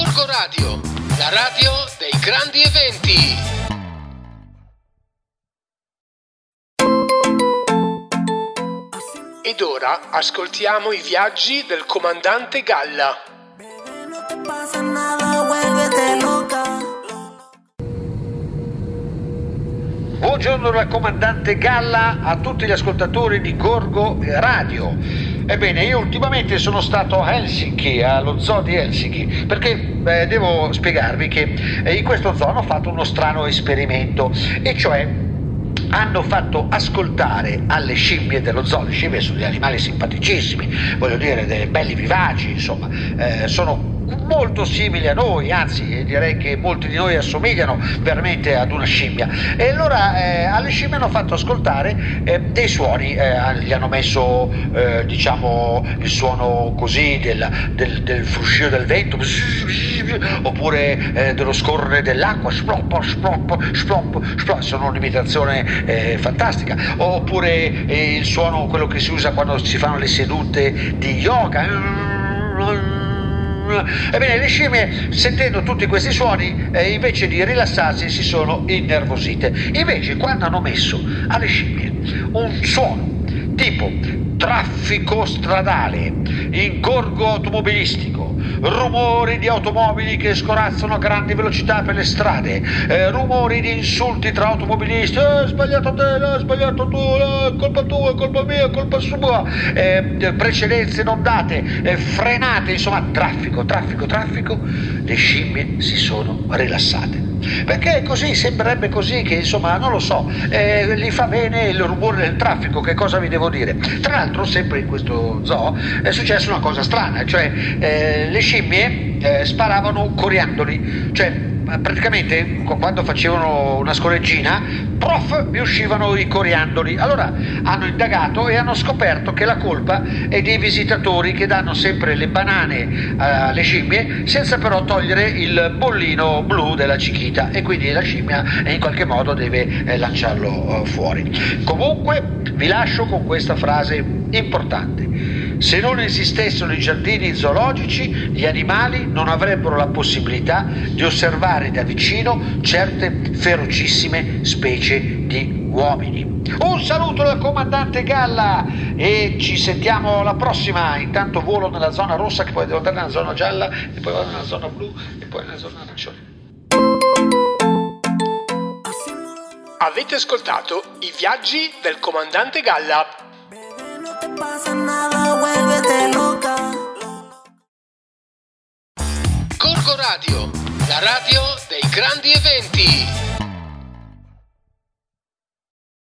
Gorgo Radio, la radio dei grandi eventi. Ed ora ascoltiamo i viaggi del comandante Galla. Buongiorno dal comandante Galla a tutti gli ascoltatori di Gorgo Radio. Ebbene, io ultimamente sono stato a Helsinki, allo zoo di Helsinki, perché devo spiegarvi che in questo zoo hanno fatto uno strano esperimento, e cioè hanno fatto ascoltare alle scimmie dello zoo. Le scimmie sono degli animali simpaticissimi, voglio dire, dei belli vivaci, insomma, sono molto simili a noi, anzi direi che molti di noi assomigliano veramente ad una scimmia. E allora alle scimmie hanno fatto ascoltare dei suoni, gli hanno messo diciamo il suono così del fruscio del vento, oppure dello scorrere dell'acqua, splop splop splop splop, sono un'imitazione fantastica, oppure il suono, quello che si usa quando si fanno le sedute di yoga. Ebbene, le scimmie, sentendo tutti questi suoni, invece di rilassarsi, si sono innervosite. Invece, quando hanno messo alle scimmie un suono tipo traffico stradale, ingorgo automobilistico, rumori di automobili che scorazzano a grandi velocità per le strade, rumori di insulti tra automobilisti, sbagliato te, sbagliato tu, colpa tua, colpa mia, colpa sua, precedenze non date, frenate, insomma traffico, le scimmie si sono rilassate. Perché così sembrerebbe così che, insomma, non lo so, gli fa bene il rumore del traffico, che cosa vi devo dire? Tra l'altro, sempre in questo zoo è successa una cosa strana, cioè le scimmie sparavano coriandoli, cioè praticamente quando facevano una scoreggina, mi uscivano i coriandoli. Allora hanno indagato e hanno scoperto che la colpa è dei visitatori che danno sempre le banane alle scimmie senza però togliere il bollino blu della cichita, e quindi la scimmia in qualche modo deve lanciarlo fuori. Comunque vi lascio con questa frase importante: se non esistessero i giardini zoologici, gli animali non avrebbero la possibilità di osservare da vicino certe ferocissime specie di uomini. Un saluto dal comandante Galla e ci sentiamo alla prossima. Intanto volo nella zona rossa, che poi devo andare nella zona gialla, e poi vado nella zona blu, e poi nella zona arancione. Avete ascoltato i viaggi del comandante Galla. Gorgo Radio, la radio dei grandi eventi.